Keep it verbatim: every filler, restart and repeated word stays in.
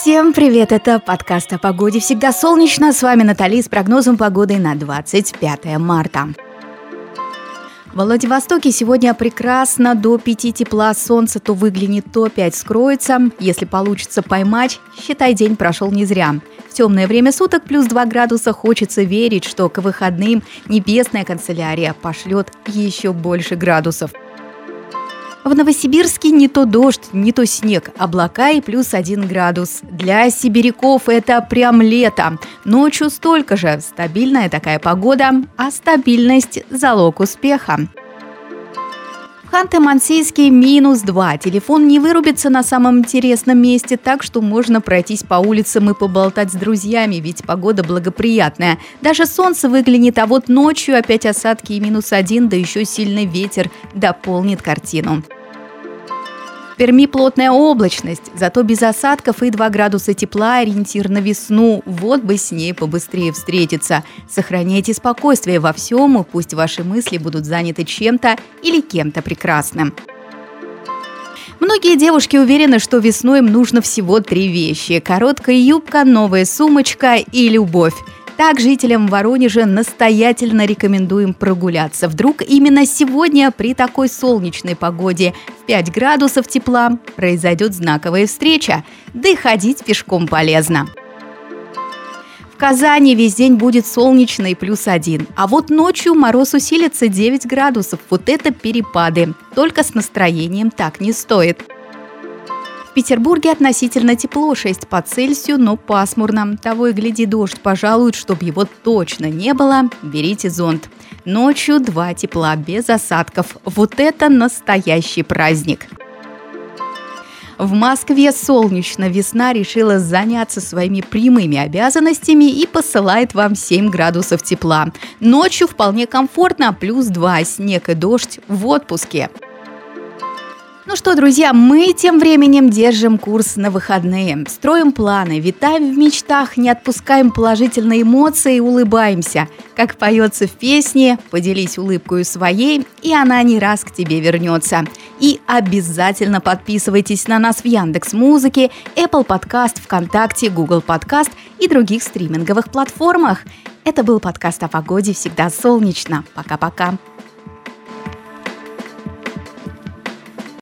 Всем привет, это подкаст о погоде «Всегда солнечно». С вами Натали с прогнозом погоды на двадцать пятое марта. В Владивостоке сегодня прекрасно, до пяти тепла, солнце то выглянет, то опять скроется. Если получится поймать, считай, день прошел не зря. В темное время суток плюс два градуса, хочется верить, что к выходным небесная канцелярия пошлет еще больше градусов. В Новосибирске не то дождь, не то снег, облака и плюс один градус. Для сибиряков это прям лето. Ночью столько же. Стабильная такая погода, а стабильность – залог успеха. В Ханты-Мансийске минус два. Телефон не вырубится на самом интересном месте, так что можно пройтись по улицам и поболтать с друзьями, ведь погода благоприятная. Даже солнце выглянет, а вот ночью опять осадки и минус один, да еще сильный ветер дополнит картину. В Перми плотная облачность, зато без осадков и два градуса тепла, ориентир на весну. Вот бы с ней побыстрее встретиться. Сохраняйте спокойствие во всем, и пусть ваши мысли будут заняты чем-то или кем-то прекрасным. Многие девушки уверены, что весной им нужно всего три вещи: короткая юбка, новая сумочка и любовь. Так жителям Воронежа настоятельно рекомендуем прогуляться. Вдруг именно сегодня при такой солнечной погоде в пять градусов тепла произойдет знаковая встреча, да и ходить пешком полезно. В Казани весь день будет солнечно и плюс один, а вот ночью мороз усилится девять градусов. Вот это перепады, только с настроением так не стоит. В Петербурге относительно тепло, шесть по Цельсию, но пасмурно. Того и гляди, дождь пожалуют, чтобы его точно не было, берите зонт. Ночью два тепла, без осадков. Вот это настоящий праздник. В Москве солнечно. Весна решила заняться своими прямыми обязанностями и посылает вам семь градусов тепла. Ночью вполне комфортно, плюс два, снег и дождь в отпуске. Ну что, друзья, мы тем временем держим курс на выходные, строим планы, витаем в мечтах, не отпускаем положительные эмоции и улыбаемся. Как поется в песне, поделись улыбкой своей, и она не раз к тебе вернется. И обязательно подписывайтесь на нас в Яндекс.Музыке, Apple Podcast, ВКонтакте, Google Podcast и других стриминговых платформах. Это был подкаст о погоде «Всегда солнечно». Пока-пока.